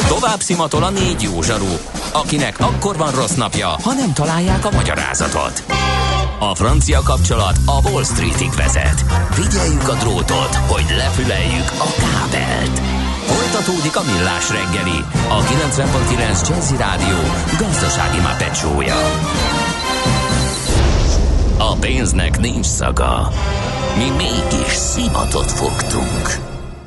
Tovább szimatol a 4 jó zsaru, akinek akkor van rossz napja, ha nem találják a magyarázatot. A francia kapcsolat a Wall Streetig vezet. Figyeljük a drótot, hogy lefüleljük a kábelt. Folytatódik a Millás reggeli, a 90.9 Jazzy Rádió gazdasági mápecsója. A pénznek nincs szaga. Mi mégis szimatot fogtunk.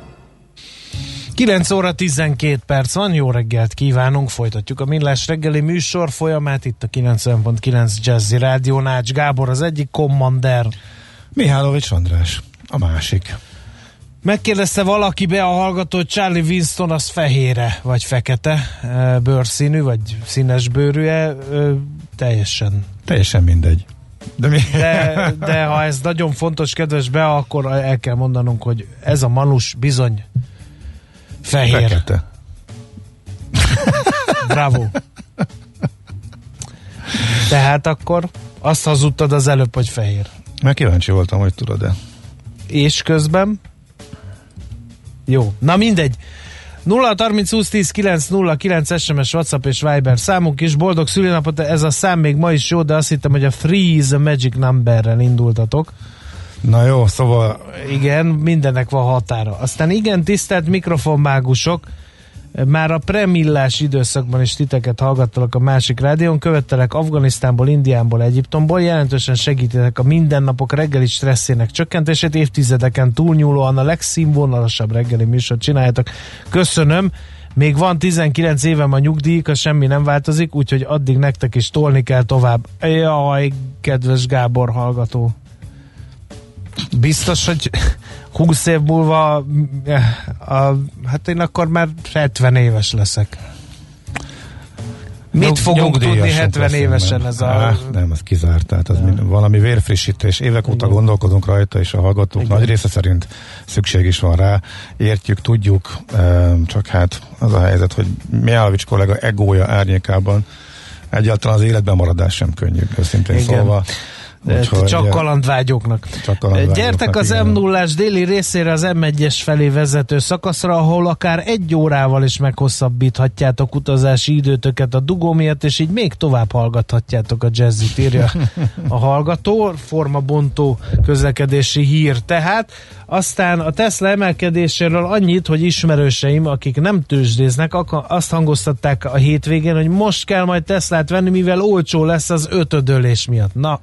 9 óra 12 perc van, jó reggelt kívánunk, folytatjuk a Millás reggeli műsor folyamát itt a 90.9 Jazzy Rádió. Nács Gábor az egyik kommander. Mihálovics András a másik. Megkérdezte valaki be a hallgató, hogy Charlie Winston az fehére vagy fekete bőrszínű, vagy színes bőrűe, teljesen mindegy. De ha ez nagyon fontos, kedves be, akkor el kell mondanunk, hogy ez a manus bizony fehér. Fekete. Bravo. Tehát akkor azt hazudtad az előbb, hogy fehér. Mert kíváncsi voltam, hogy tudod-e. És közben? Jó, na mindegy. 0-30-20-10-9-09 SMS, WhatsApp és Viber számunk is. Boldog szülinapot, ez a szám még ma is jó, de azt hittem, hogy a 3 is a magic numberrel indultatok. Na jó, szóval... Igen, mindennek van határa. Aztán igen, tisztelt mikrofonmágusok, már a premillás időszakban is titeket hallgattalak a másik rádión, követtelek Afganisztánból, Indiából, Egyiptomból, jelentősen segítetek a mindennapok reggeli stresszének csökkentését, évtizedeken túlnyúlóan a legszínvonalasabb reggeli műsort csináljátok. Köszönöm, még van 19 évem a nyugdíjig, ha semmi nem változik, úgyhogy addig nektek is tolni kell tovább. Jaj, kedves Gábor hallgató. Biztos, hogy 20 év múlva hát én akkor már 70 éves leszek. Mit fogunk tudni 70 évesen ez a... Nem, ez kizárt. Tehát az valami vérfrissítés. Évek óta gondolkodunk rajta, és a hallgatók nagy része szerint szükség is van rá. Értjük, tudjuk, csak hát az a helyzet, hogy Mihálovics kollega egója árnyékában egyáltalán az életben maradás sem könnyű, őszintén szólva. Úgyhogy, csak kalandvágyóknak. Gyertek az M0-ás déli részére az M1-es felé vezető szakaszra, ahol akár 1 órával is meghosszabbíthatjátok utazási időtöket a dugó miatt, és így még tovább hallgathatjátok a jazzit, írja a hallgató. Formabontó közlekedési hír tehát. Aztán a Tesla emelkedéséről annyit, hogy ismerőseim, akik nem tőzsdéznek, azt hangoztatták a hétvégén, hogy most kell majd Teslát venni, mivel olcsó lesz az ötödölés miatt. Na,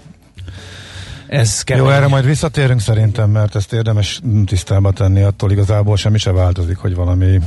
ez kemény. Jó, erre majd visszatérünk szerintem, mert ezt érdemes tisztába tenni, attól igazából semmi se változik, hogy valami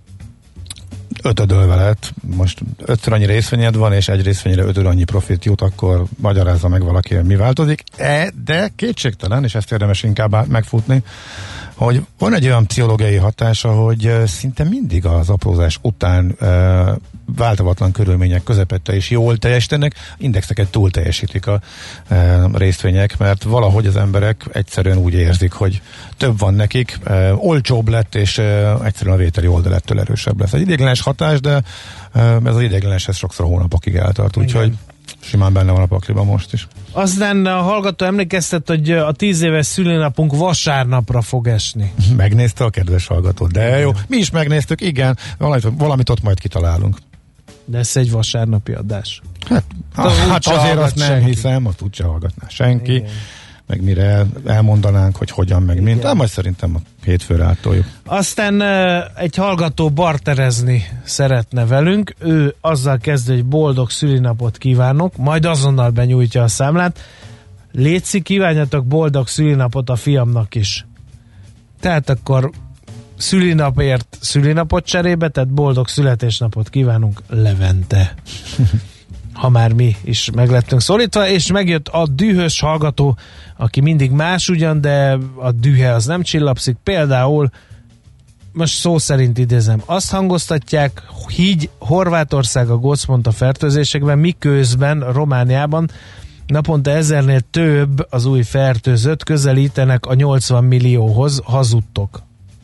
ötödölve lett. Most 5-ször annyi részvényed van, és egy részvényre 5 annyi profit jut, akkor magyarázza meg valaki, mi változik. De kétségtelen, és ezt érdemes inkább megfutni, hogy van egy olyan pszichológiai hatása, hogy szinte mindig az aprózás után változatlan körülmények közepette is jól teljesítenek, indexeket túl teljesítik a részvények, mert valahogy az emberek egyszerűen úgy érzik, hogy több van nekik, olcsóbb lett, és egyszerűen a vételi oldal ettől erősebb lesz. Egy ideiglenes hatás, de ez az ideiglenes sokszor hónapokig eltart, úgyhogy simán benne van a pakliban most is. Aztán a hallgató emlékeztet, hogy a 10 éves szülinapunk vasárnapra fog esni. Megnézte a kedves hallgató, de jó. Mi is megnéztük, igen, valamit ott majd kitalálunk. De ez egy vasárnapi adás. Hát azért azt nem hiszem, azt úgyse hallgatná senki. Igen. Meg mire elmondanánk, hogy hogyan, meg mint. De majd szerintem a hétfőre áttoljuk. Aztán egy hallgató barterezni szeretne velünk. Ő azzal kezdő, hogy boldog szülinapot kívánok, majd azonnal benyújtja a számlát. Létszik, kívánjatok boldog szülinapot a fiamnak is. Tehát akkor szülinapért szülinapot cserébe, tehát boldog születésnapot kívánunk, Levente. Ha már mi is meglettünk szólítva, és megjött a dühös hallgató, aki mindig más ugyan, de a dühe az nem csillapszik. Például, most szó szerint idézem, azt hangoztatják, hígy Horvátország a gócpont fertőzésekben, miközben Romániában naponta 1000-nél több az új fertőzött, közelítenek a 80 millióhoz, hazudtok.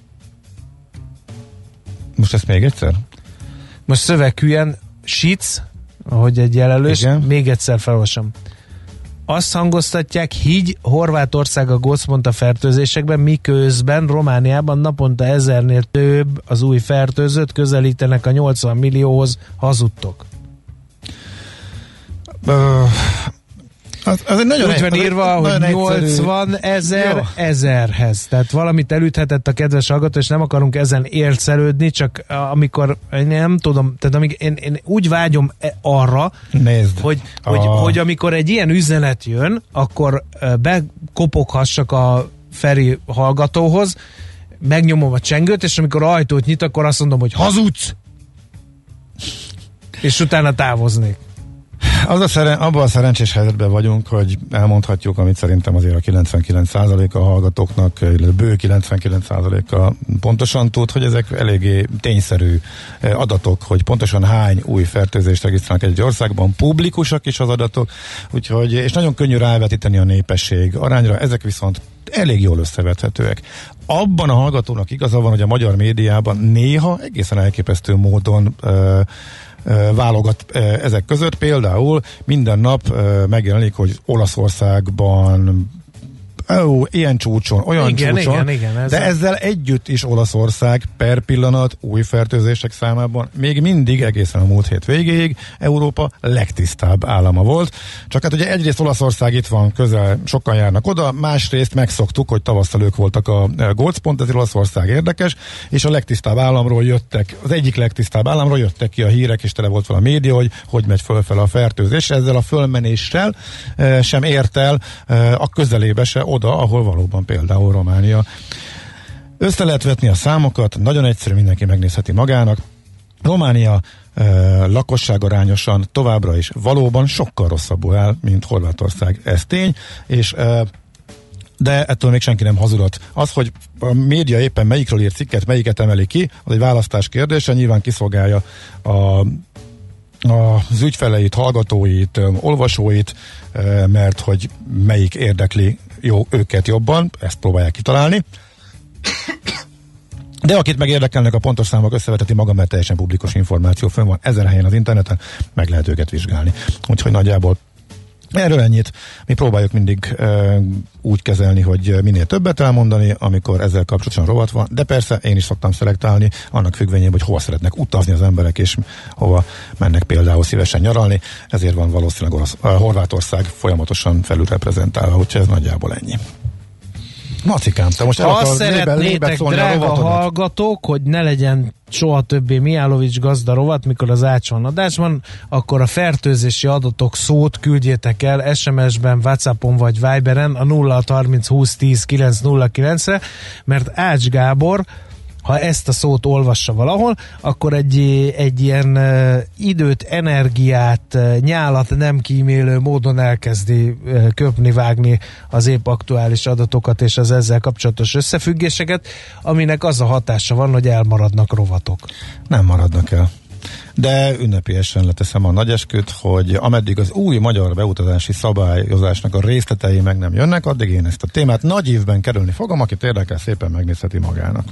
Most ezt még egyszer? Most szöveghülyen, Sic, ahogy egy jelölős, igen. Még egyszer felolvasom. azt hangoztatják, higgy Horvátország a gócponta fertőzésekben, miközben Romániában naponta 1000-nél több az új fertőzött, közelítenek a 80 millióhoz, hazudtok. Az egy nagyon úgy van írva, hogy 80 000 1000-hez. Tehát valamit elüthetett a kedves hallgató, és nem akarunk ezen élcelődni, csak amikor nem tudom, tehát amíg én úgy vágyom arra, hogy amikor egy ilyen üzenet jön, akkor bekopoghassak a Feri hallgatóhoz, megnyomom a csengőt, és amikor ajtót nyit, akkor azt mondom, hogy hazudsz! És utána távoznék. Abban a szerencsés helyzetben vagyunk, hogy elmondhatjuk, amit szerintem azért a 99% a hallgatóknak, illetve bő 99%-a pontosan tud, hogy ezek eléggé tényszerű adatok, hogy pontosan hány új fertőzést regisztrálnak egy országban, publikusak is az adatok, úgyhogy, és nagyon könnyű rávetíteni a népesség arányra, ezek viszont elég jól összevethetőek. Abban a hallgatónak igaza van, hogy a magyar médiában néha egészen elképesztő módon válogat ezek között. Például minden nap megjelenik, hogy Olaszországban ilyen csúcson, olyan csúcson, igen, de ezzel együtt is Olaszország per pillanat új fertőzések számában még mindig egészen a múlt hét végéig Európa legtisztább állama volt. Csak hát ugye egyrészt Olaszország itt van közel, sokan járnak oda, másrészt megszoktuk, hogy tavasszal ők voltak a gócpont, ezért Olaszország érdekes, és a legtisztább államról jöttek, az egyik legtisztább államról jöttek ki a hírek, és tele volt fel a média, hogy megy fölfele a fertőzés. Ezzel a fölmenéssel sem ért el a közelébe se oda, ahol valóban például Románia. Össze lehet vetni a számokat, nagyon egyszerű, mindenki megnézheti magának. Románia lakosságarányosan továbbra is valóban sokkal rosszabbul áll, mint Horvátország. Ez tény, és de ettől még senki nem hazudott. Az, hogy a média éppen melyikről ír cikket, melyiket emeli ki, az egy választás kérdése, nyilván kiszolgálja az ügyfeleit, hallgatóit, olvasóit, mert hogy melyik érdekli őket jobban, ezt próbálják kitalálni. De akit meg érdekelnek a pontos számok, összeveteti maga, mert teljesen publikus információ fönn van 1000 helyen az interneten, meg lehet őket vizsgálni. Úgyhogy nagyjából erről ennyit. Mi próbáljuk mindig úgy kezelni, hogy minél többet elmondani, amikor ezzel kapcsolatosan rovat van, de persze én is szoktam szelektálni, annak függvényében, hogy hova szeretnek utazni az emberek, és hova mennek például szívesen nyaralni, ezért van valószínűleg Horvátország folyamatosan felülreprezentálva, úgyhogy ez nagyjából ennyi. Macikám, te most el azt szeretnétek, drága hallgatók, hogy ne legyen soha többé Mihálovics gazda rovat, mikor az Ács van adásban, akkor a fertőzési adatok szót küldjétek el SMS-ben, WhatsAppon vagy Viberen a 0630 20 10 909-re, mert Ács Gábor, ha ezt a szót olvassa valahol, akkor egy ilyen időt, energiát, nyálat nem kímélő módon elkezdi köpni, vágni az épp aktuális adatokat és az ezzel kapcsolatos összefüggéseket, aminek az a hatása van, hogy elmaradnak rovatok. Nem maradnak el. De ünnepélyesen leteszem a nagyesküt, hogy ameddig az új magyar beutazási szabályozásnak a részletei meg nem jönnek, addig én ezt a témát nagy évben kerülni fogom, akit érdekel, szépen megnézheti magának.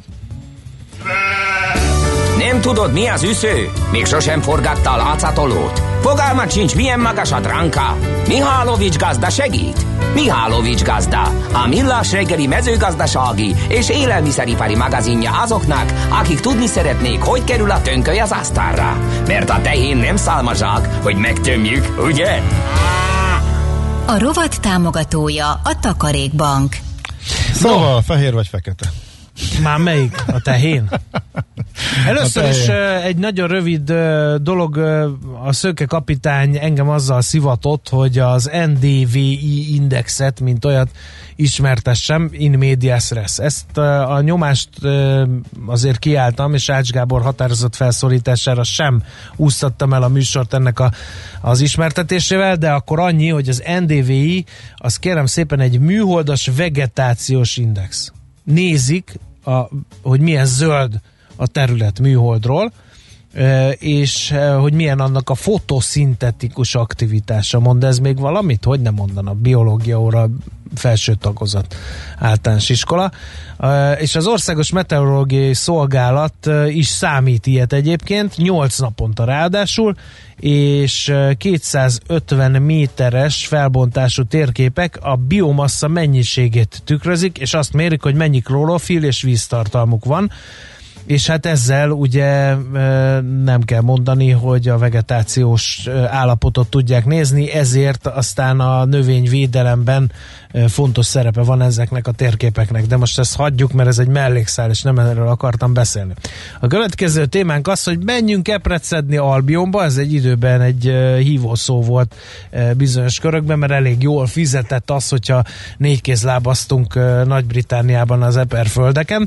Nem tudod, mi az üsző? Még sosem forgatta a látszatolót? Fogalmat sincs, milyen magas a dránka? Mihálovics gazda segít? Mihálovics gazda, a millás reggeli mezőgazdasági és élelmiszeripari magazinja azoknak, akik tudni szeretnék, hogy kerül a tönköly az asztalra. Mert a tehén nem szálmazsák, hogy megtömjük, ugye? A rovat támogatója a Takarékbank. Szóval fehér vagy fekete? Már melyik? A tehén? Először is egy nagyon rövid dolog, a Szőke kapitány engem azzal szivatott, hogy az NDVI indexet, mint olyat ismertessem, in medias res. Ezt a nyomást azért kiálltam, és Ács Gábor határozott felszólítására sem úsztattam el a műsort ennek az ismertetésével, de akkor annyi, hogy az NDVI, az kérem szépen egy műholdas vegetációs index. Nézik, hogy milyen zöld a terület műholdról, és hogy milyen annak a fotoszintetikus aktivitása. Mond ez még valamit? Hogy nem mondana? Biológia óra felső tagozat általános iskola. És az Országos Meteorológiai Szolgálat is számít ilyet egyébként, 8 naponta ráadásul, és 250 méteres felbontású térképek a biomassa mennyiségét tükrözik, és azt mérik, hogy mennyi klorofil és víztartalmuk van, és hát ezzel ugye nem kell mondani, hogy a vegetációs állapotot tudják nézni, ezért aztán a növényvédelemben fontos szerepe van ezeknek a térképeknek, de most ezt hagyjuk, mert ez egy mellékszál, és nem erről akartam beszélni. A következő témánk az, hogy menjünk epret szedni Albionba, ez egy időben egy hívószó volt bizonyos körökben, mert elég jól fizetett az, hogyha négykézlábaztunk Nagy-Britanniában az eperföldeken,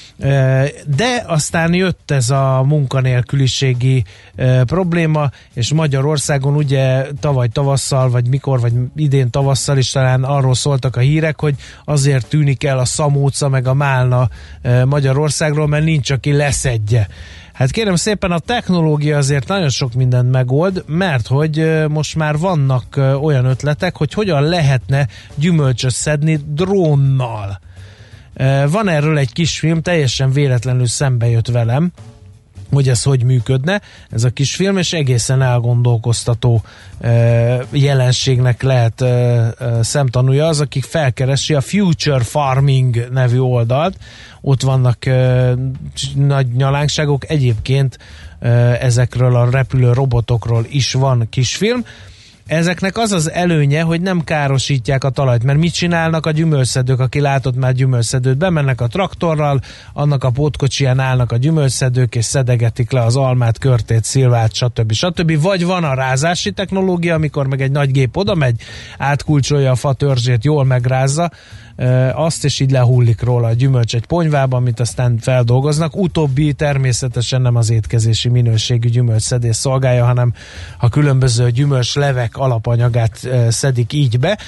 de aztán jött ez a munkanélküliségi probléma, és Magyarországon ugye tavaly tavasszal, vagy mikor, vagy idén tavasszal is talán arról szóltak a hírek, hogy azért tűnik el a szamóca meg a málna Magyarországról, mert nincs, aki leszedje. Hát kérem szépen, a technológia azért nagyon sok mindent megold, mert hogy most már vannak olyan ötletek, hogy hogyan lehetne gyümölcsöt szedni drónnal. Van erről egy kis film, teljesen véletlenül szembe jött velem, hogy ez hogy működne, ez a kis film, és egészen elgondolkoztató jelenségnek lehet szemtanúja az, aki felkeresi a Future Farming nevű oldalt, ott vannak nagy nyalánkságok, egyébként ezekről a repülő robotokról is van kisfilm. Ezeknek az az előnye, hogy nem károsítják a talajt, mert mit csinálnak a gyümölcsszedők, aki látott már gyümölcsszedőt, bemennek a traktorral, annak a pótkocsiján állnak a gyümölcsszedők, és szedegetik le az almát, körtét, szilvát, stb. Vagy van a rázási technológia, amikor meg egy nagy gép oda megy, átkulcsolja a fa törzsét, jól megrázza azt, és így lehullik róla a gyümölcs egy ponyvába, amit aztán feldolgoznak. Utóbbi természetesen nem az étkezési minőségű gyümölcsszedés szolgálja, hanem a különböző gyümölcslevek alapanyagát szedik így be.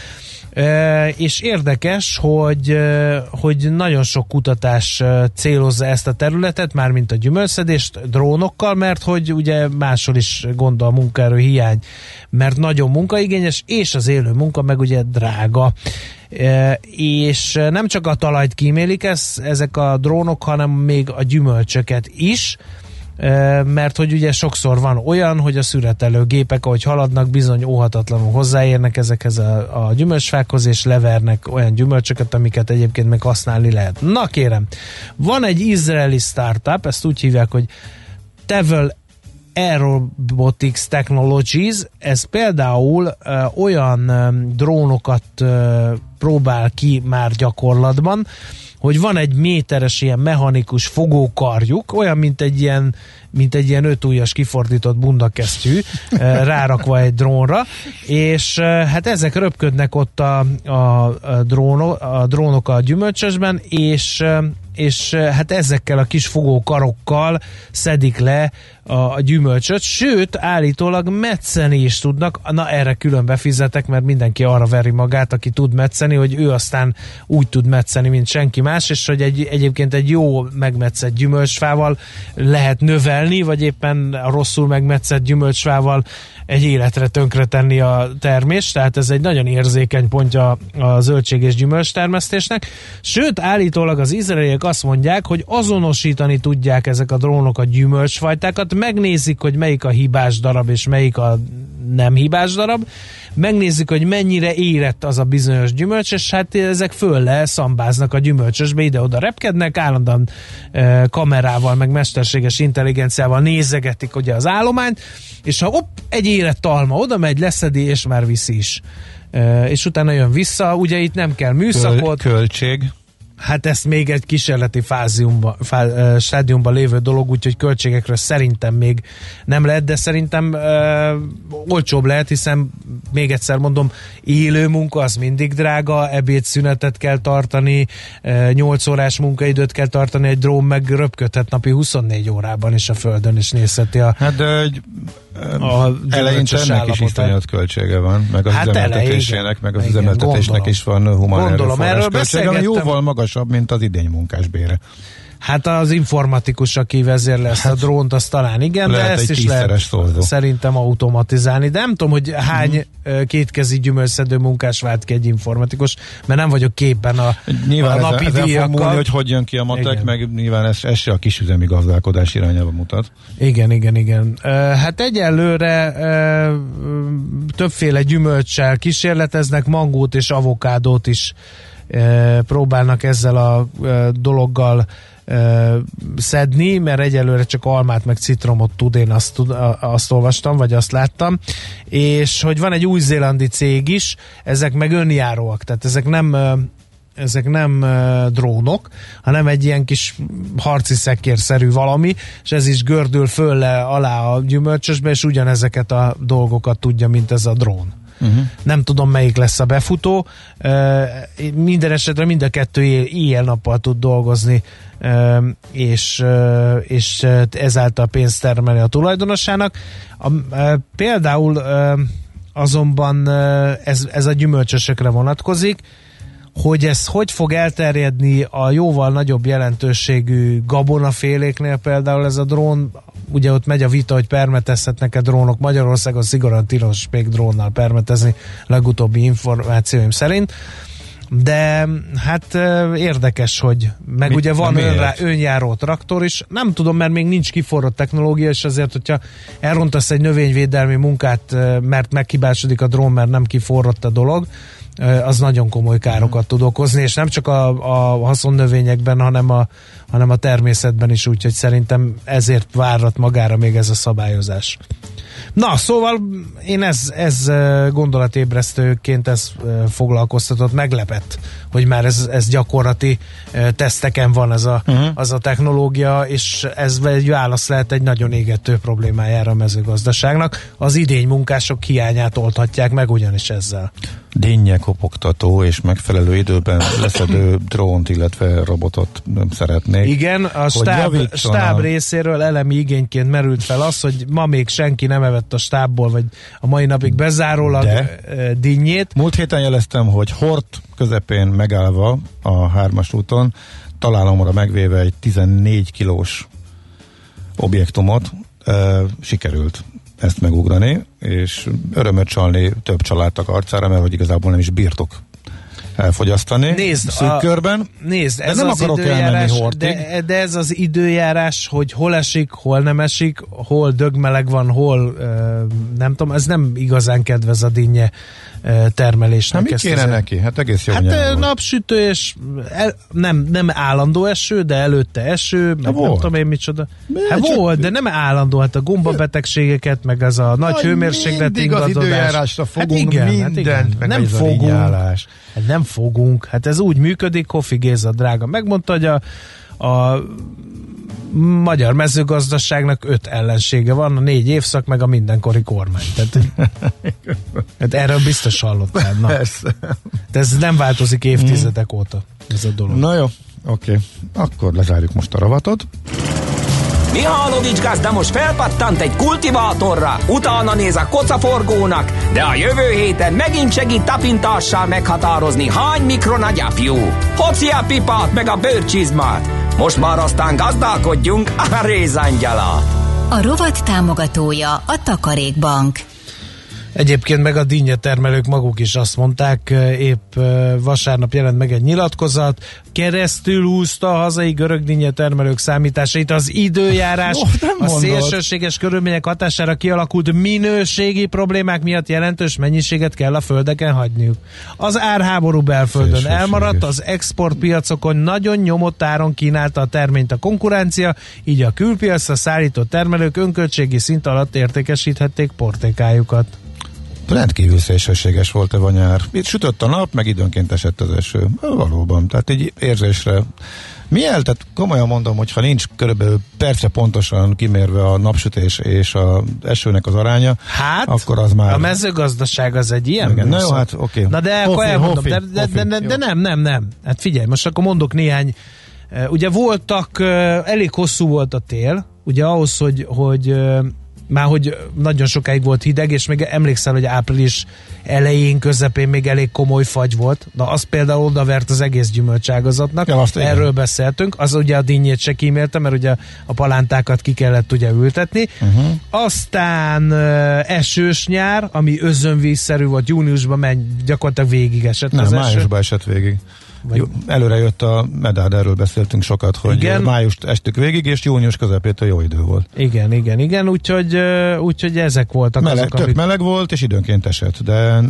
És érdekes, hogy nagyon sok kutatás célozza ezt a területet, mármint a gyümölcsszedést drónokkal, mert hogy ugye máshol is gond a munkaerő hiány, mert nagyon munkaigényes, és az élő munka meg ugye drága. És nem csak a talajt kímélik ezek a drónok, hanem még a gyümölcsöket is, mert hogy ugye sokszor van olyan, hogy a szüretelő gépek, ahogy haladnak, bizony óhatatlanul hozzáérnek ezekhez a gyümölcsfákhoz, és levernek olyan gyümölcsöket, amiket egyébként meg használni lehet. Na kérem, van egy izraeli startup, ezt úgy hívják, hogy Tevel Aerobotics Technologies, ez például olyan drónokat próbál ki már gyakorlatban, hogy van egy méteres ilyen mechanikus fogókarjuk, olyan, mint egy ilyen 5 ujjas kifordított bundakesztyű rárakva egy drónra, és hát ezek röpködnek ott a drónok a gyümölcsösben, és hát ezekkel a kis fogókarokkal szedik le a gyümölcsöt, sőt, állítólag metszeni is tudnak. Na, erre külön befizetek, mert mindenki arra veri magát, aki tud metszeni, hogy ő aztán úgy tud metszeni, mint senki más, és hogy egyébként egy jó megmetszett gyümölcsfával lehet növelni, vagy éppen a rosszul megmetszett gyümölcsfával egy életre tönkretenni a termést, tehát ez egy nagyon érzékeny pontja a zöldség és gyümölcs termesztésnek. Sőt, állítólag az izraeliek azt mondják, hogy azonosítani tudják ezek a drónok a gyümölcsfajtákat, megnézik, hogy melyik a hibás darab, és melyik a nem hibás darab, megnézzük, hogy mennyire érett az a bizonyos gyümölcs, és hát ezek föl szambáznak a gyümölcsösbe, ide-oda repkednek, állandóan kamerával, meg mesterséges intelligenciával nézegetik ugye az állományt, és ha egy érett alma oda megy, leszedi, és már viszi is. És utána jön vissza, ugye itt nem kell műszakot. Költség. Hát ezt még egy kísérleti stádiumban lévő dolog, úgyhogy költségekről szerintem még nem lehet, de szerintem olcsóbb lehet, hiszen még egyszer mondom, élő munka az mindig drága, ebédszünetet kell tartani, 8 órás munkaidőt kell tartani, egy drón meg röpködhet napi 24 órában is a földön, és nézheti a... Hát de eleinte ennek is iszonyat költsége van, meg az üzemeltetésének, meg az üzemeltetésnek is van humán erőforrás költsége, ami jóval magasabb, mint az idény munkásbére. Hát az informatikus, aki vezérli ezt a drónt, az talán igen, de ezt is lehet szerintem automatizálni. De nem tudom, hogy hány kétkezi gyümölcsszedő munkás vált ki egy informatikus, mert nem vagyok képben a napi díjakkal. Hogy jön ki a matek, igen. Meg nyilván ez se a kisüzemi gazdálkodás irányába mutat. Igen. Hát egyelőre többféle gyümölccsel kísérleteznek, mangót és avokádót is próbálnak ezzel a dologgal szedni, mert egyelőre csak almát meg citromot tud, én azt olvastam, vagy azt láttam, és hogy van egy új-zélandi cég is, ezek meg önjáróak, tehát ezek nem drónok, hanem egy ilyen kis harci szekérszerű valami, és ez is gördül föl alá a gyümölcsösbe, és ugyanezeket a dolgokat tudja, mint ez a drón. Nem tudom, melyik lesz a befutó. Minden esetre mind a kettő éjjel-nappal tud dolgozni, és ezáltal pénzt termelni a tulajdonosának. Például azonban ez a gyümölcsösökre vonatkozik, hogy ez hogy fog elterjedni a jóval nagyobb jelentőségű gabonaféléknél, például ez a drón, ugye ott megy a vita, hogy permetezhetnek-e drónok, Magyarországon szigorúan tilos még drónnal permetezni, legutóbbi információim szerint, de hát érdekes, hogy meg ugye van önjáró traktor is, nem tudom, mert még nincs kiforrott technológia, és azért, hogyha elrontasz egy növényvédelmi munkát, mert meghibásodik a drón, mert nem kiforrott a dolog, az nagyon komoly károkat tud okozni, és nem csak a haszonnövényekben, hanem a természetben is, úgyhogy szerintem ezért várhat magára még ez a szabályozás. Na, szóval én ez gondolatébresztőként ez foglalkoztatott, meglepett, hogy már ez gyakorlati teszteken van az a technológia, és ez egy válasz lehet egy nagyon égető problémájára a mezőgazdaságnak. Az idény munkások hiányát oldhatják meg ugyanis ezzel. Dinnye kopogtató és megfelelő időben leszedő drónt, illetve robotot szeretnék. Igen, a stáb részéről elemi igényként merült fel az, hogy ma még senki nem evett a stábból, vagy a mai napig bezárólag dinnyét. Múlt héten jeleztem, hogy Hort közepén megállva a 3-as úton találomra megvéve egy 14 kilós objektumot sikerült ezt megugrani, és örömöt csalni több családtak arcára, mert hogy igazából nem is bírtok elfogyasztani szűk körben. Nézd, ez nem akarok elmenni Hortig. De ez az időjárás, hogy hol esik, hol nem esik, hol dögmeleg van, hol nem tudom, ez nem igazán kedvez a dinnye termelésnek. Hát mit kéne neki? Hát egész jó nyelv napsütő, és nem állandó eső, de előtte eső, meg nem tudom én micsoda. Volt, de nem állandó, hát a gombabetegségeket, meg az a nagy hőmérséklet ingadozás. Az időjárásra fogunk mindent, meg nem fogunk. Hát nem fogunk. Hát ez úgy működik, Kofi Géza drága megmondta, hogy a magyar mezőgazdaságnak 5 ellensége van, a 4 évszak, meg a mindenkori kormány. Tehát erről biztos hallottál. Na. Persze. Ez nem változik évtizedek óta, ez a dolog. Na jó, oké. Akkor lezárjuk most a rovatot. Mihálovics gazda most felpattant egy kultivátorra, utána néz a kocaforgónak, de a jövő héten megint segít tapintással meghatározni, hány mikron a gyapjú. Hoci a pipát meg a bőrcsizmát. Most már aztán gazdálkodjunk a rézangyalat. A rovat támogatója a Takarékbank. Egyébként meg a dinnyetermelők maguk is azt mondták, épp vasárnap jelent meg egy nyilatkozat, keresztül húzta a hazai görög dinnyetermelők számításait az időjárás, a szélsőséges körülmények hatására kialakult minőségi problémák miatt jelentős mennyiséget kell a földeken hagyniuk. Az árháború belföldön elmaradt, az exportpiacokon nagyon nyomott áron kínálta a terményt a konkurencia, így a külpiacra szállított termelők önköltségi szint alatt értékesíthették portékájukat. Rendkívül szélsőséges volt a nyár. Itt sütött a nap, meg időnként esett az eső. Valóban, tehát egy érzésre. Tehát komolyan mondom, hogy ha nincs körülbelül percre pontosan kimérve a napsütés és az esőnek az aránya, akkor az már... A mezőgazdaság az egy ilyen. Na jó, hát oké. Na de akkor elmondom, de nem. Hát figyelj, most akkor mondok néhány. Ugye voltak, elég hosszú volt a tél, ugye ahhoz, hogy már hogy nagyon sokáig volt hideg, és még emlékszel, hogy április elején, közepén még elég komoly fagy volt. Na, az például odavert az egész gyümölcságazatnak. Ja, erről beszéltünk. Az ugye a dinnyét se kímélte, mert ugye a palántákat ki kellett ugye ültetni. Aztán esős nyár, ami özönvízszerű volt, júniusban gyakorlatilag végig esett. Nem, májusban esett végig. Előre jött a medád, erről beszéltünk sokat, hogy májust estük végig, és június közepétől jó idő volt. Igen, úgyhogy ezek voltak azok, tök meleg volt, és időnként esett, de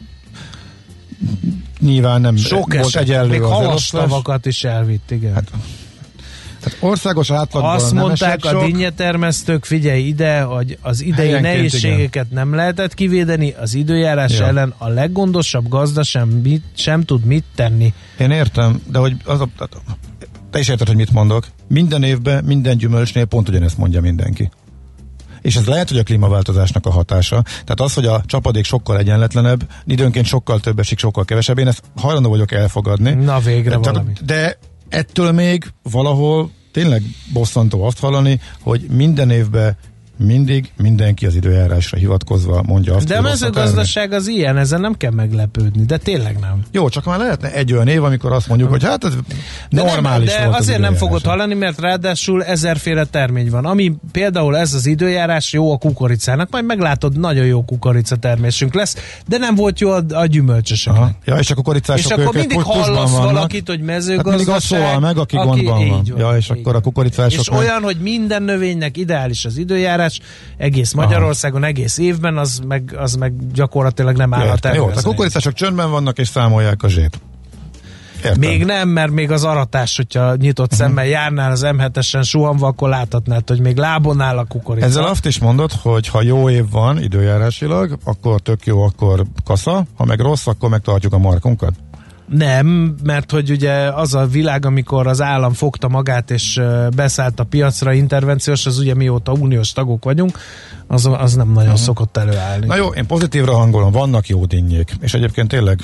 nyilván nem sok volt egyenlő még az halastavakat is elvitt, igen. Tehát országos átlagban azt nem mondták a dinnyetermesztők, figyelj ide, hogy az idei nehézségeket nem lehetett kivédeni, az időjárás ellen a leggondosabb gazda sem tud mit tenni. Én értem, de hogy te is érted, hogy mit mondok. Minden évben, minden gyümölcsnél pont ugyanezt mondja mindenki. És ez lehet, hogy a klímaváltozásnak a hatása. Tehát az, hogy a csapadék sokkal egyenletlenebb, időnként sokkal több esik, sokkal kevesebb, én ezt hajlandó vagyok elfogadni. Na végre valami. De ettől még valahol tényleg bosszantó azt hallani, hogy minden évben mindig mindenki az időjárásra hivatkozva mondja azt, de a mezőgazdaság az ilyen, ezen nem kell meglepődni, de tényleg nem. Jó, csak már lehetne egy olyan év, amikor azt mondjuk, hogy hát ez normális de volt. De azért nem fogod hallani, mert ráadásul ezerféle termény van. Ami például ez az időjárás jó a kukoricának, majd meglátod, nagyon jó kukoricatermésünk lesz, de nem volt jó a gyümölcsösöknek. Ja, és a kukoricások, és akkor mindig hallasz valakit, hogy mezőgazdaság. Hát mindig azt szólal meg, aki gondban van. Ja, és akkor a kukoricások. És olyan, hogy minden növénynek ideális az időjárás, egész Magyarországon, egész évben, az meg gyakorlatilag nem állhat el. Jó, a kukoricások csöndben vannak és számolják a zsét. Értem. Még nem, mert még az aratás, hogyha nyitott szemmel járnál az M7-esen suhanva, akkor láthatnád, hogy még lábon áll a kukorica. Ezzel azt is mondod, hogy ha jó év van időjárásilag, akkor tök jó, akkor kasza, ha meg rossz, akkor megtartjuk a markunkat? Nem, mert hogy ugye az a világ, amikor az állam fogta magát és beszállt a piacra intervenciós, az ugye mióta uniós tagok vagyunk, az nem nagyon szokott előállni. Na jó, én pozitívra hangolom, vannak jó dinnyék, és egyébként tényleg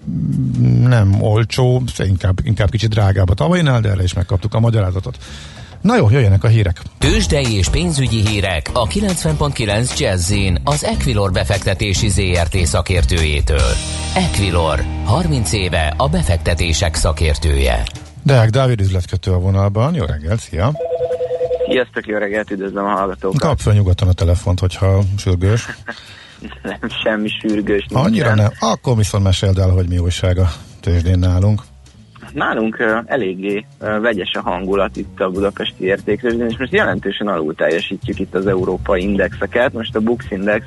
nem olcsó, inkább kicsit drágább a tavainál, de erre is megkaptuk a magyarázatot. Na jó, jöjjenek a hírek. Tőzsdei és pénzügyi hírek a 90.9 Jazz-in az Equilor befektetési ZRT szakértőjétől. Equilor, 30 éve a befektetések szakértője. Deák Dávid üzletkötő a vonalban. Jó reggelt, szia! Sziasztok, jó reggelt, üdvözlöm a hallgatókat! Kap fel nyugodtan a telefont, hogyha sürgős. Nem, semmi sürgős. Annyira nem. Akkor viszont meséld el, hogy mi újság a tőzsdén nálunk. Nálunk eléggé vegyes a hangulat itt a budapesti értéktőzsdén, és most jelentősen alul teljesítjük itt az európai indexeket. Most a Bux Index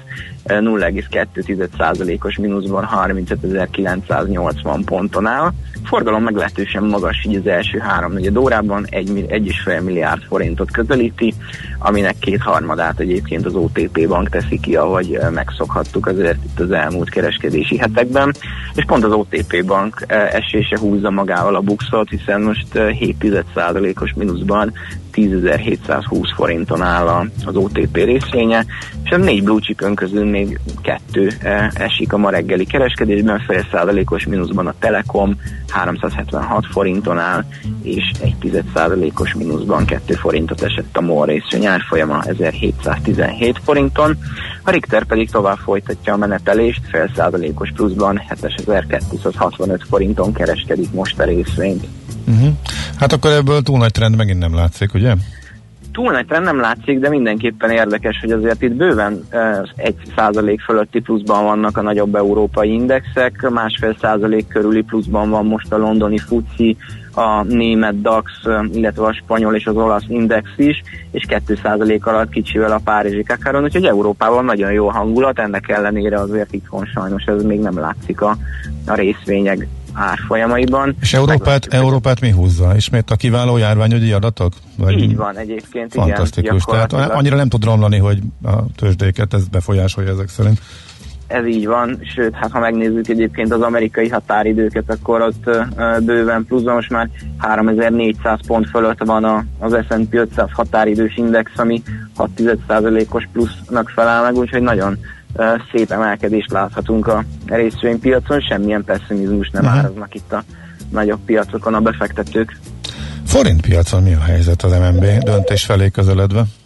0,2%-os mínuszban 35.980 ponton áll. Forgalom meglehetősen magas, így az első 3-4 órában 1,5 milliárd forintot közelíti, aminek 2/3 egyébként az OTP bank teszi ki, ahogy megszokhattuk azért itt az elmúlt kereskedési hetekben, és pont az OTP bank esése húzza magával a Buxot, hiszen most 0,7%-os mínuszban 10.720 forinton áll az OTP részvénye, és a 4 blue chipön közül még 2 esik a ma reggeli kereskedésben, 0,5%-os mínuszban a Telekom 376 forinton áll, és 1,1%-os mínuszban 2 forintot esett a MOL részvény árfolyama 1717 forinton. A Richter pedig tovább folytatja a menetelést, 0,5%-os pluszban 7265 forinton kereskedik most a részvényt. Hát akkor ebből túl nagy trend megint nem látszik, ugye? Túl nagy trend nem látszik, de mindenképpen érdekes, hogy azért itt bőven 1% fölötti pluszban vannak a nagyobb európai indexek, 1,5% körüli pluszban van most a londoni FTSE, a német DAX, illetve a spanyol és az olasz index is, és 2% alatt kicsivel a párizsi CAC-on, úgyhogy Európában nagyon jó hangulat, ennek ellenére azért itthon sajnos ez még nem látszik a részvények árfolyamaiban. És Európát mi húzza? Ismét a kiváló járványügyi adatok? Vagy így van egyébként, fantasztikus. Tehát annyira nem tud romlani, hogy a tőzsdéket ez befolyásolja ezek szerint. Ez így van, sőt, hát ha megnézzük egyébként az amerikai határidőket, akkor ott bőven pluszban most már 3400 pont fölött van az S&P 500 határidős index, ami 6,1%-os plusznak felel meg, úgyhogy nagyon szép emelkedést láthatunk a részvénypiacon, semmilyen pessimizmus nem áraznak itt a nagyobb piacokon a befektetők. Forintpiacon mi a helyzet az MNB döntés felé közeledve?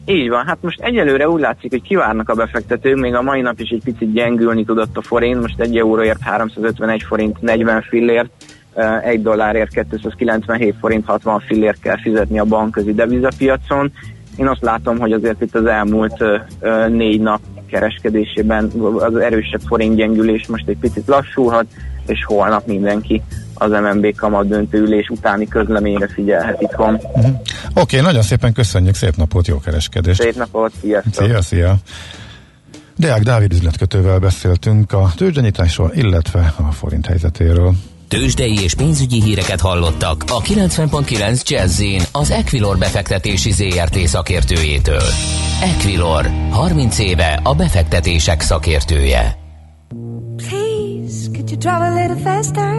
Így van, hát most egyelőre úgy látszik, hogy kivárnak a befektetők, még a mai nap is egy picit gyengülni tudott a forint, most 1 euróért 351 forint 40 fillért, 1 dollárért 297 forint 60 fillért kell fizetni a bankközi devizapiacon. Én azt látom, hogy azért itt az elmúlt 4 nap kereskedésében az erősebb forint gyengülés most egy picit lassulhat, és holnap mindenki az MNB kamat döntő ülés utáni közleményre figyelhet itthon. Oké, nagyon szépen köszönjük, szép napot, jó kereskedést! Szép napot, sziasztok! Szia! Deák Dávid üzletkötővel beszéltünk a tőzsdenyításról, illetve a forint helyzetéről. Tőzsdei és pénzügyi híreket hallottak a 90.9 Jazz-in az Equilor befektetési ZRT szakértőjétől. Equilor, 30 éve a befektetések szakértője. Please, could you drive a little faster?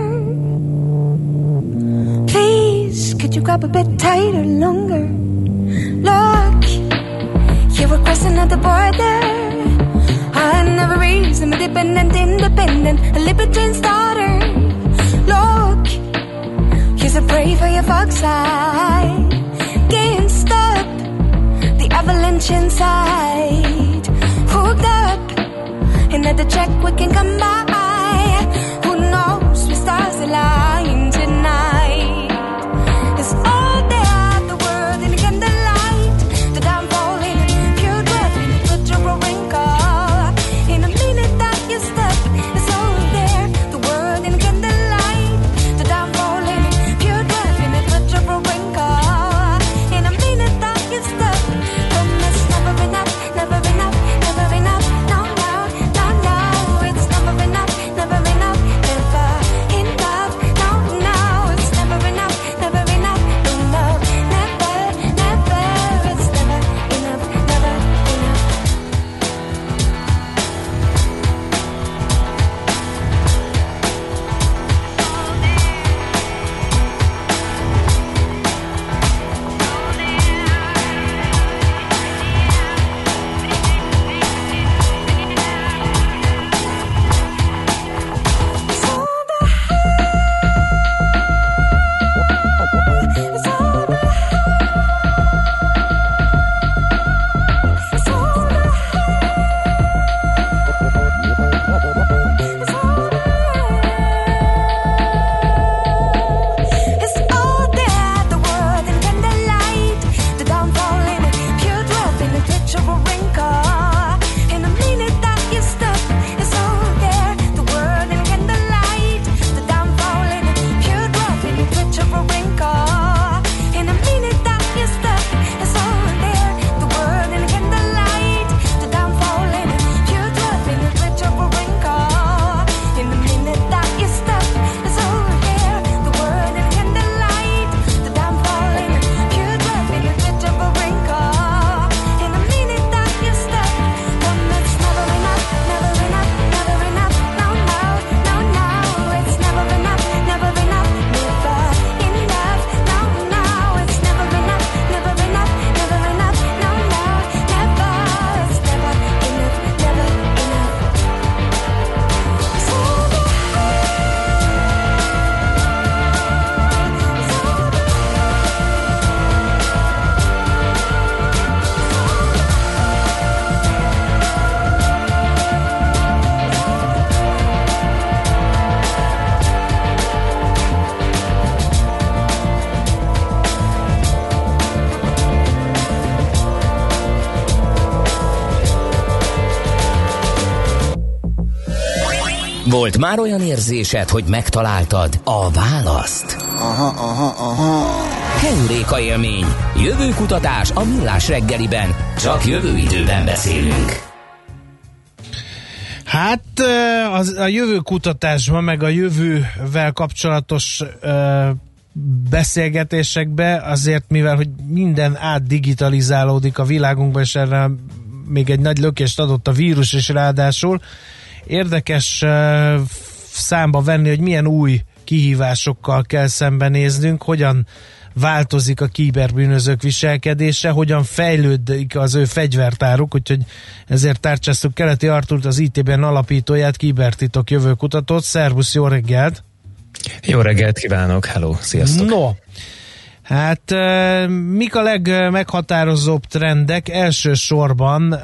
Please, could you grab a bit tighter, longer? Look, you were crossing at the border. I never reason, independent, a libertine's daughter. Look, here's a pray for your fox eye. Can't stop the avalanche inside. Hooked up, another check we can come by. Who knows, we stars align tonight. It's all there, the world in the candlelight. The downfall in it, pure blood in it, put your wrinkle. In a minute that you step, it's all there, the world in the candlelight. The downfall in it, pure blood in it, put your wrinkle. In a minute that you step, come it's never enough, never enough, never enough. No, no, no, no, it's never enough, never enough, never enough. No, no, it's never enough, never enough, no, no, never, never, it's never enough, never enough. It's all the it's all the it's all the it's all there, the world in candlelight, the downfall in it, pure drop in the picture of a wrinkle. In a minute that you step, it's all there, the world in candlelight, the downfall in it, pure drop in the picture of a wrinkle. In a minute that you step, it's all there, the world in candlelight, the downfall in it, pure drop in the picture of a wrinkle. In a minute that you step, it's all there, the world in candlelight, the downfall in it, pure drop in the picture of a wrinkle. In a minute that you step, come it's never enough, never enough, never enough. No, no, no, no, it's never enough, never enough, never enough. No, no, it's never enough, never enough, never enough. No, no, never, it's never enough, never enough. It's all the Volt már olyan érzésed, hogy megtaláltad a választ? Aha. Heuréka élmény, jövőkutatás a Millás reggeliben. Csak jövő időben beszélünk. Hát a jövőkutatásban, meg a jövővel kapcsolatos beszélgetésekbe azért, mivel hogy minden átdigitalizálódik a világunkban, és erre még egy nagy lökést adott a vírus, és ráadásul érdekes számba venni, hogy milyen új kihívásokkal kell szembenéznünk, hogyan változik a kiberbűnözők viselkedése, hogyan fejlődik az ő fegyvertáruk, úgyhogy ezért tárcsáztuk Keleti Artúrt, az ITBN alapítóját, kibertitok jövőkutatót. Szervusz, jó reggelt! Jó reggelt kívánok, hello, sziasztok! No, Hát mik a legmeghatározóbb trendek? Elsősorban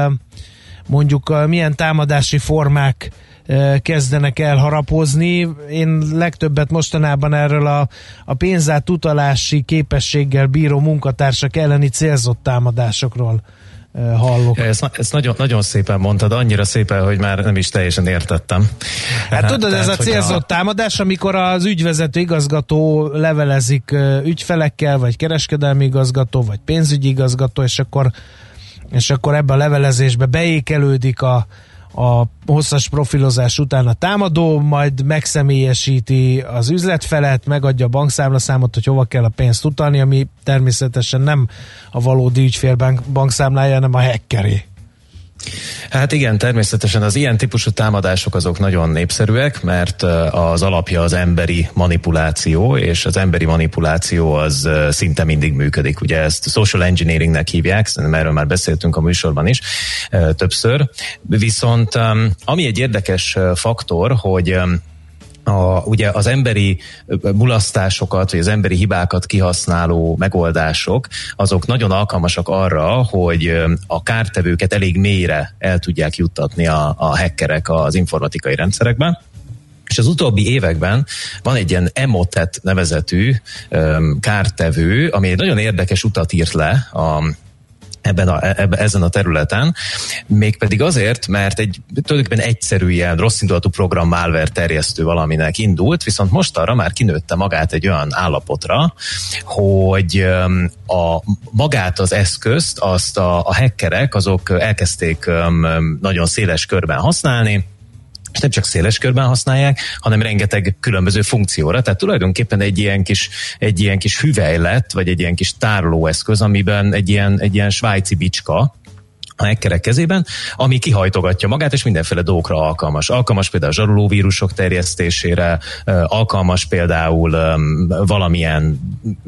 mondjuk milyen támadási formák kezdenek el harapozni. Én legtöbbet mostanában erről a pénzátutalási képességgel bíró munkatársak elleni célzott támadásokról hallok. Ezt nagyon, nagyon szépen mondtad, annyira szépen, hogy már nem is teljesen értettem. Hát tudod, ez a célzott támadás, amikor az ügyvezető igazgató levelezik ügyfelekkel, vagy kereskedelmi igazgató, vagy pénzügyi igazgató, és akkor ebbe a levelezésbe beékelődik a hosszas profilozás után a támadó, majd megszemélyesíti az üzletfelet, megadja a bankszámlaszámot, hogy hova kell a pénzt utalni, ami természetesen nem a valódi ügyfél bankszámlája, hanem a hackeré. Hát igen, természetesen az ilyen típusú támadások azok nagyon népszerűek, mert az alapja az emberi manipuláció, és az emberi manipuláció az szinte mindig működik. Ugye ezt social engineeringnek hívják, szerintem erről már beszéltünk a műsorban is többször. Viszont ami egy érdekes faktor, hogy ugye az emberi mulasztásokat, vagy az emberi hibákat kihasználó megoldások, azok nagyon alkalmasak arra, hogy a kártevőket elég mélyre el tudják juttatni a hackerek az informatikai rendszerekben. És az utóbbi években van egy ilyen Emotet nevezetű kártevő, ami egy nagyon érdekes utat írt le ezen a területen, mégpedig azért, mert egy tulajdonképpen egyszerű ilyen rosszindulatú program malware terjesztő valaminek indult, viszont mostanra már kinőtte magát egy olyan állapotra, hogy magát az eszközt, azt a hackerek azok elkezdték nagyon széles körben használni, és nem csak széles körben használják, hanem rengeteg különböző funkcióra. Tehát tulajdonképpen egy ilyen kis hüvelylet, vagy egy ilyen kis tárolóeszköz, amiben egy ilyen svájci bicska a hackerek kezében, ami kihajtogatja magát, és mindenféle dolgokra alkalmas. Alkalmas például zsarolóvírusok terjesztésére, alkalmas például valamilyen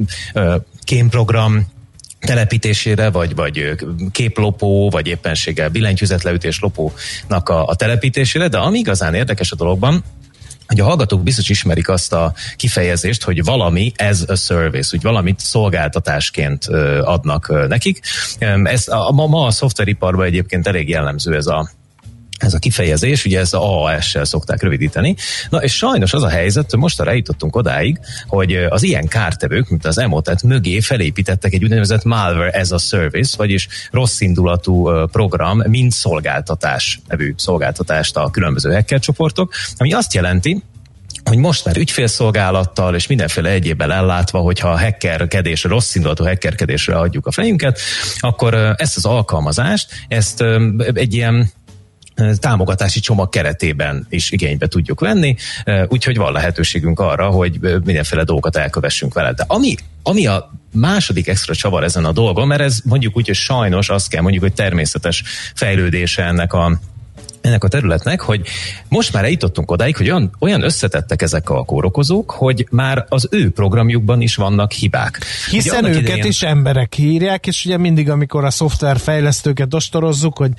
kémprogram telepítésére, vagy képlopó, vagy éppenséggel billentyűzetleütés lopónak a telepítésére, de ami igazán érdekes a dologban, hogy a hallgatók biztos ismerik azt a kifejezést, hogy valami as a service, hogy valamit szolgáltatásként adnak nekik. Ma a szoftveriparban egyébként elég jellemző ez a kifejezés, ugye ezt a AAS-sel szokták rövidíteni. Na és sajnos az a helyzet, hogy mostanra eljutottunk odáig, hogy az ilyen kártevők, mint az Emotet mögé felépítettek egy úgynevezett malware as a service, vagyis rosszindulatú program, mint szolgáltatás nevű szolgáltatást a különböző hacker csoportok, ami azt jelenti, hogy most már ügyfélszolgálattal és mindenféle egyébben ellátva, hogyha a hackerkedésre, rosszindulatú hackerkedésre adjuk a fejünket, akkor ezt az alkalmazást, ezt egy ilyen támogatási csomag keretében is igénybe tudjuk venni, úgyhogy van lehetőségünk arra, hogy mindenféle dolgokat elkövessünk vele. De ami a második extra csavar ezen a dolgon, mert ez mondjuk úgy, hogy sajnos azt kell mondjuk, hogy természetes fejlődése ennek a területnek, hogy most már eljutottunk odáig, hogy olyan összetettek ezek a kórokozók, hogy már az ő programjukban is vannak hibák. Hiszen őket idején is emberek írják, és ugye mindig, amikor a szoftverfejlesztőket ostorozzuk, hogy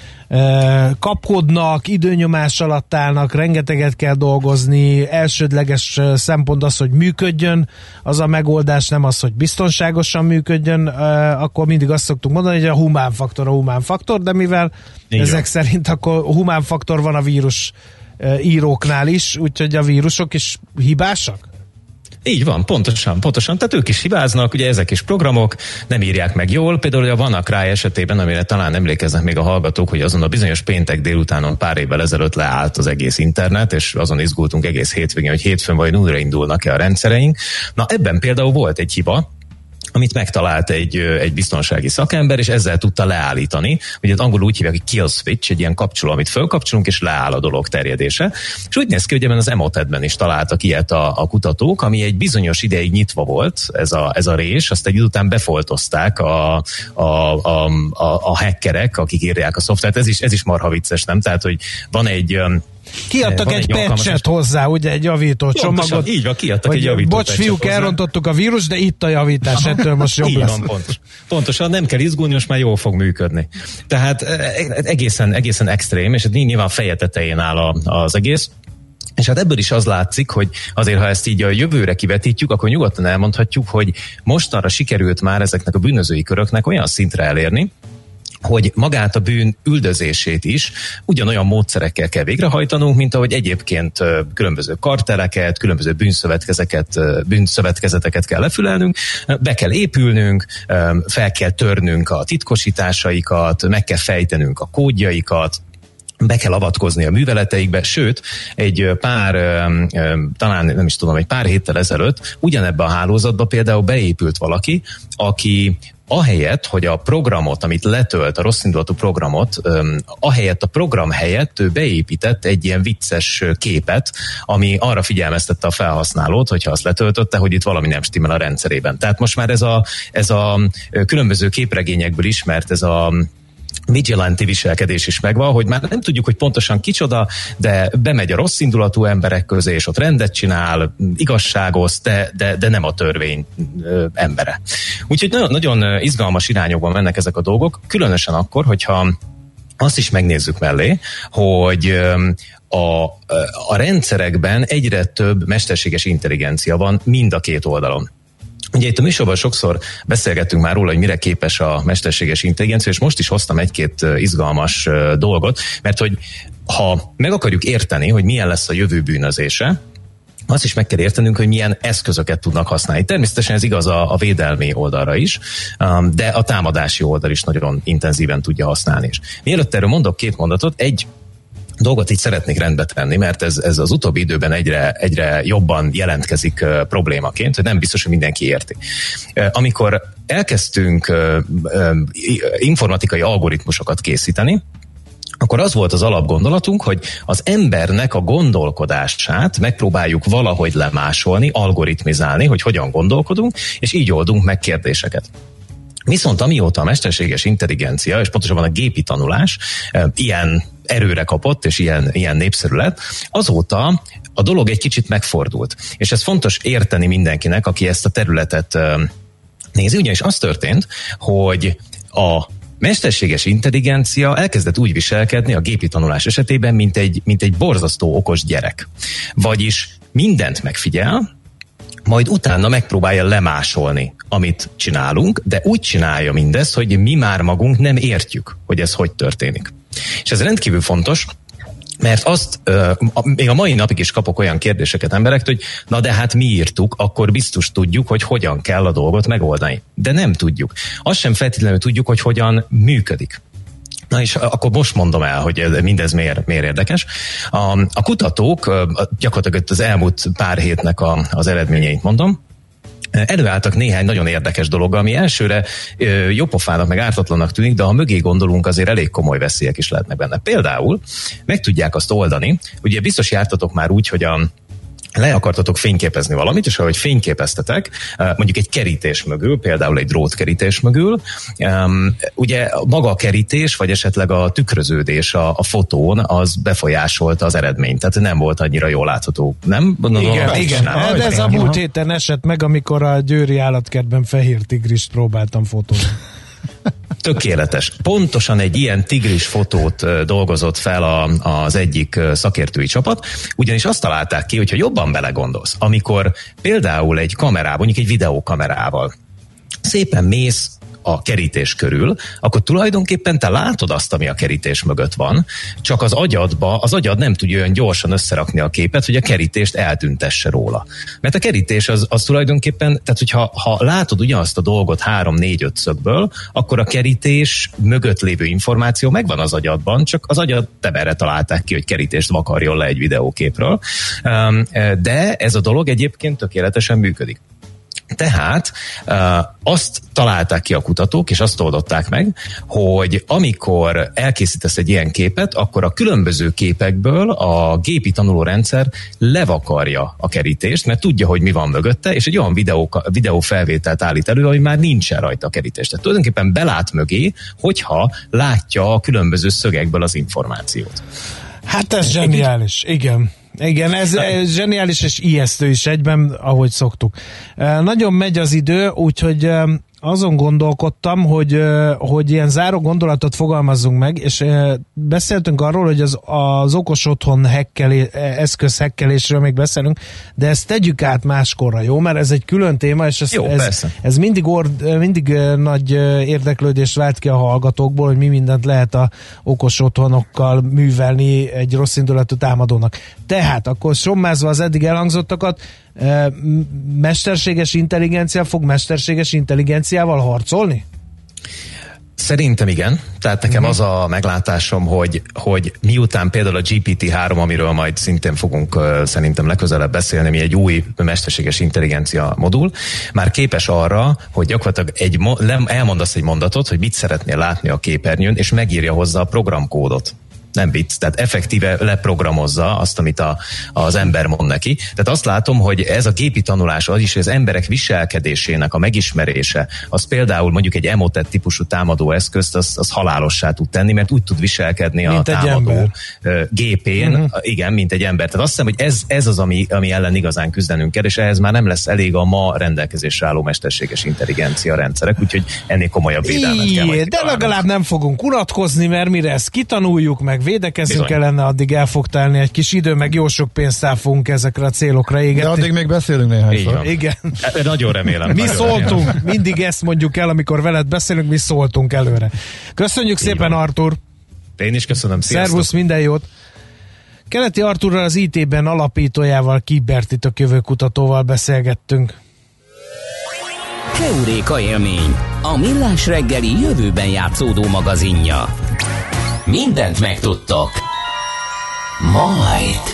kapkodnak, időnyomás alatt állnak, rengeteget kell dolgozni, elsődleges szempont az, hogy működjön, az a megoldás, nem az, hogy biztonságosan működjön, akkor mindig azt szoktuk mondani, hogy a humán faktor, de mivel ezek szerint akkor humán faktor van a vírus íróknál is, úgyhogy a vírusok is hibásak? Így van, pontosan. Tehát ők is hibáznak, ugye ezek is programok, nem írják meg jól. Például a WannaCry esetében, amire talán emlékeznek még a hallgatók, hogy azon a bizonyos péntek délutánon pár évvel ezelőtt leállt az egész internet, és azon izgultunk egész hétvégén, hogy hétfőn vagy újraindulnak-e a rendszereink. Na ebben például volt egy hiba, amit megtalált egy biztonsági szakember, és ezzel tudta leállítani. Ugye angolul úgy hívják, hogy kill switch, egy ilyen kapcsoló, amit fölkapcsolunk, és leáll a dolog terjedése. És úgy néz ki, hogy ebben az Emotetben is találtak ilyet a kutatók, ami egy bizonyos ideig nyitva volt, ez a rés, azt egy idő után befoltozták a hackerek, akik írják a szoftvert. Ez is marha vicces, nem? Tehát, hogy van egy kiadtak egy patchet hozzá, ugye egy javító csomagot. Így van, kiadtak egy javító bocs, fiúk, elrontottuk a vírus, de itt a javítás, ettől most jobb lesz. Van, pontosan, nem kell izgulni, most már jól fog működni. Tehát egészen extrém, és nyilván feje tetején áll az egész. És hát ebből is az látszik, hogy azért, ha ezt így a jövőre kivetítjük, akkor nyugodtan elmondhatjuk, hogy mostanra sikerült már ezeknek a bűnözői köröknek olyan szintre elérni, hogy magát a bűn üldözését is ugyanolyan módszerekkel kell mint ahogy egyébként különböző karteleket, különböző bűnszövetkezeteket kell lefülelnünk, be kell épülnünk, fel kell törnünk a titkosításaikat, meg kell fejtenünk a kódjaikat, be kell avatkozni a műveleteikbe, sőt, talán nem is tudom, egy pár héttel ezelőtt ugyanebbe a hálózatba például beépült valaki, aki ahelyett, hogy a programot, amit letölt, a rosszindulatú programot, ahelyett a program helyett ő beépített egy ilyen vicces képet, ami arra figyelmeztette a felhasználót, hogyha azt letöltötte, hogy itt valami nem stimmel a rendszerében. Tehát most már ez a különböző képregényekből ismert ez a vigilante viselkedés is megvan, hogy már nem tudjuk, hogy pontosan kicsoda, de bemegy a rossz indulatú emberek közé, és ott rendet csinál, igazságos, de nem a törvény embere. Úgyhogy nagyon, nagyon izgalmas irányokban mennek ezek a dolgok, különösen akkor, hogyha azt is megnézzük mellé, hogy a rendszerekben egyre több mesterséges intelligencia van mind a két oldalon. Ugye itt a műsorban sokszor beszélgettünk már róla, hogy mire képes a mesterséges intelligencia, és most is hoztam egy-két izgalmas dolgot, mert hogy ha meg akarjuk érteni, hogy milyen lesz a jövő bűnözése, azt is meg kell értenünk, hogy milyen eszközöket tudnak használni. Természetesen ez igaz a védelmi oldalra is, de a támadási oldal is nagyon intenzíven tudja használni. És mielőtt erről mondok két mondatot, egy dolgot így szeretnék rendbe tenni, mert ez az utóbbi időben egyre jobban jelentkezik problémaként, hogy nem biztos, hogy mindenki érti. Amikor elkezdtünk informatikai algoritmusokat készíteni, akkor az volt az alapgondolatunk, hogy az embernek a gondolkodását megpróbáljuk valahogy lemásolni, algoritmizálni, hogy hogyan gondolkodunk, és így oldunk meg kérdéseket. Viszont amióta a mesterséges intelligencia, és pontosabban a gépi tanulás ilyen erőre kapott, és ilyen népszerű lett, azóta a dolog egy kicsit megfordult. És ez fontos érteni mindenkinek, aki ezt a területet nézi, ugyanis az történt, hogy a mesterséges intelligencia elkezdett úgy viselkedni a gépi tanulás esetében, mint egy borzasztó okos gyerek. Vagyis mindent megfigyel, majd utána megpróbálja lemásolni, amit csinálunk, de úgy csinálja mindezt, hogy mi már magunk nem értjük, hogy ez hogy történik. És ez rendkívül fontos, mert azt még a mai napig is kapok olyan kérdéseket emberektől, hogy na de hát mi írtuk, akkor biztos tudjuk, hogy hogyan kell a dolgot megoldani. De nem tudjuk. Azt sem feltétlenül tudjuk, hogy hogyan működik. Na és akkor most mondom el, hogy mindez miért érdekes. A kutatók, gyakorlatilag az elmúlt pár hétnek az eredményeit mondom, előálltak néhány nagyon érdekes dologgal, ami elsőre jópofának meg ártatlannak tűnik, de ha mögé gondolunk, azért elég komoly veszélyek is lehetnek benne. Például meg tudják azt oldani, ugye biztos jártatok már úgy, hogy le akartatok fényképezni valamit, és ahogy fényképeztetek, mondjuk egy kerítés mögül, például egy drótkerítés mögül, ugye maga a kerítés, vagy esetleg a tükröződés a fotón, az befolyásolta az eredményt, tehát nem volt annyira jól látható, nem? Igen. De ez a múlt héten esett meg, amikor a győri állatkertben fehér tigrist próbáltam fotózni. Tökéletes. Pontosan egy ilyen tigris fotót dolgozott fel az egyik szakértői csapat, ugyanis azt találták ki, hogyha jobban belegondolsz, amikor például egy kamerával, mondjuk egy videókamerával szépen mész a kerítés körül, akkor tulajdonképpen te látod azt, ami a kerítés mögött van, csak az agyad nem tudja olyan gyorsan összerakni a képet, hogy a kerítést eltüntesse róla. Mert a kerítés az tulajdonképpen, tehát hogyha látod ugyanazt a dolgot 3-4-5 szögből, akkor a kerítés mögött lévő információ megvan az agyadban, csak az agyad teberre találták ki, hogy kerítést vakarjon le egy videóképről. De ez a dolog egyébként tökéletesen működik. Tehát azt találták ki a kutatók, és azt oldották meg, hogy amikor elkészítesz egy ilyen képet, akkor a különböző képekből a gépi tanulórendszer levakarja a kerítést, mert tudja, hogy mi van mögötte, és egy olyan videófelvételt állít elő, hogy már nincsen rajta a kerítés. Tehát tulajdonképpen belát mögé, hogyha látja a különböző szögekből az információt. Hát ez zseniális, igen. Igen, ez zseniális és ijesztő is egyben, ahogy szoktuk. Nagyon megy az idő, úgyhogy azon gondolkodtam, hogy ilyen záró gondolatot fogalmazzunk meg, és beszéltünk arról, hogy az okos otthon eszköz hekkelésről még beszélünk, de ezt tegyük át máskorra, jó? Mert ez egy külön téma, és ez mindig nagy érdeklődést vált ki a hallgatókból, hogy mi mindent lehet a okos otthonokkal művelni egy rosszindulatú támadónak. Tehát akkor sommázva az eddig elhangzottakat, mesterséges intelligencia fog mesterséges intelligenciával harcolni? Szerintem igen. Tehát nekem az a meglátásom, hogy miután például a GPT-3, amiről majd szintén fogunk szerintem legközelebb beszélni, mi egy új mesterséges intelligencia modul, már képes arra, hogy gyakorlatilag elmondasz egy mondatot, hogy mit szeretnél látni a képernyőn, és megírja hozzá a programkódot. Nem vicc, tehát effektíve leprogramozza azt, amit az ember mond neki. Tehát azt látom, hogy ez a gépi tanulás, az is az emberek viselkedésének a megismerése, az például mondjuk egy emotet típusú támadó eszközt, az halálossá tud tenni, mert úgy tud viselkedni mint a támadó gépén, igen, mint egy ember. Tehát azt hiszem, hogy ez az, ami ellen igazán küzdenünk kell, és ehhez már nem lesz elég a ma rendelkezésre álló mesterséges intelligencia rendszerek, úgyhogy ennél komolyabb védelmet kell majd de legalább nem fogunk unatkozni, mert mire ezt kitanuljuk, meg védekezzünk ellene, addig el fog telni egy kis idő, meg jó sok pénzt el fogunk ezekre a célokra égetni. De addig még beszélünk néhányszor. Igen. Nagyon remélem. Mi szóltunk, mindig ezt mondjuk el, amikor veled beszélünk, mi szóltunk előre. Köszönjük szépen, Artur! Én is köszönöm, sziasztok! Szervusz, minden jót! Keleti Arturral, az IT-ben alapítójával, kibertitok jövőkutatóval beszélgettünk. Heuréka élmény, a Millás reggeli jövőben játszódó magazinja. Mindent megtudtok. Majd.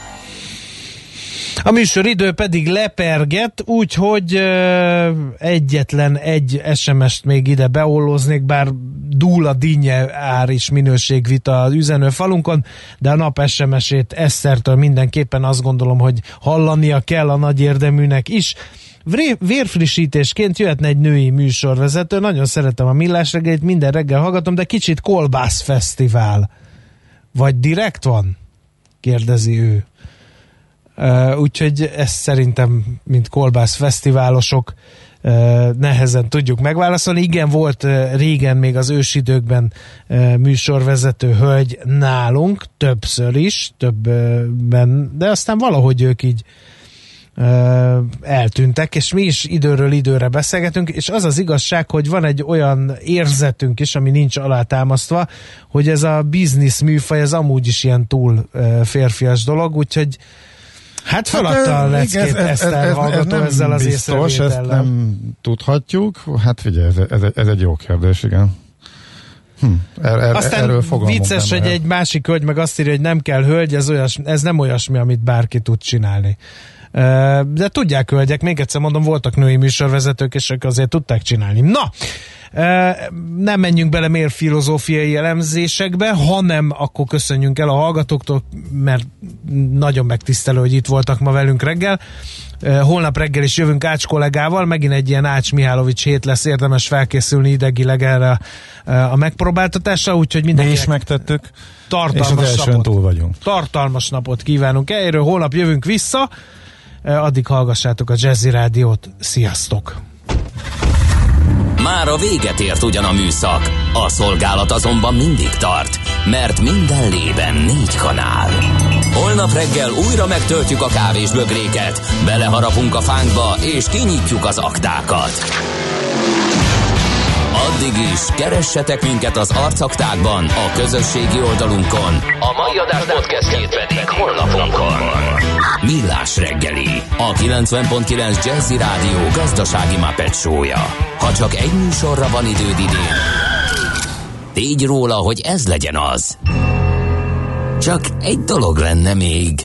A műsoridő pedig leperget, úgyhogy egyetlen egy SMS-t még ide beollóznék, bár dúl a dinnye ár is minőségvita az üzenőfalunkon, de a nap SMS-ét Esztertől mindenképpen azt gondolom, hogy hallania kell a nagy érdeműnek is. Vérfrissítésként jöhetne egy női műsorvezető, nagyon szeretem a Millás reggelit, minden reggel hallgatom, de kicsit kolbászfesztivál. Vagy direkt van? Kérdezi ő. Úgyhogy ezt szerintem, mint kolbászfesztiválosok, nehezen tudjuk megválaszolni. Igen, volt régen, még az ősidőkben műsorvezető hölgy nálunk, többször is, többben, de aztán valahogy ők így eltűntek, és mi is időről időre beszélgetünk, és az az igazság, hogy van egy olyan érzetünk is, ami nincs alátámasztva, hogy ez a biznisz műfaj, ez amúgy is ilyen túl férfias dolog, úgyhogy hát feladta a leckét Eszter hallgató ezzel az észrevétellel. Ezt nem tudhatjuk. Hát figyelj, ez egy jó kérdés, igen. Aztán vicces, hogy egy másik hölgy meg azt írja, hogy nem kell hölgy, ez nem olyasmi, amit bárki tud csinálni. De tudják hölgyek, még egyszer mondom, voltak női műsorvezetők, és ők azért tudták csinálni. Na, nem menjünk bele mér filozófiai elemzésekbe, hanem akkor köszönjünk el a hallgatóktól, mert nagyon megtisztelő, hogy itt voltak ma velünk reggel. Holnap reggel is jövünk Ács kollégával, megint egy ilyen Ács Mihálovics hét lesz, érdemes felkészülni idegileg erre a megpróbáltatásra, úgyhogy mindenkinek mi is megtettük, tartalmas és az elsőn túl vagyunk. Tartalmas napot kívánunk erről, holnap jövünk vissza, addig hallgassátok a Jazzy Rádiót, sziasztok! Már a véget ért ugyan a műszak, a szolgálat azonban mindig tart, mert minden lében 4 kanál. Holnap reggel újra megtöltjük a kávésbögréket, beleharapunk a fánkba és kinyitjuk az aktákat. Addig is keressetek minket az arcaktákban, a közösségi oldalunkon. A mai adás podcastjét pedig honlapunkon. Millás reggeli, a 90.9 Jazzy Rádió gazdasági Muppet show-ja. Ha csak egy műsorra van időd idén, tégy róla, hogy ez legyen az. Csak egy dolog lenne még.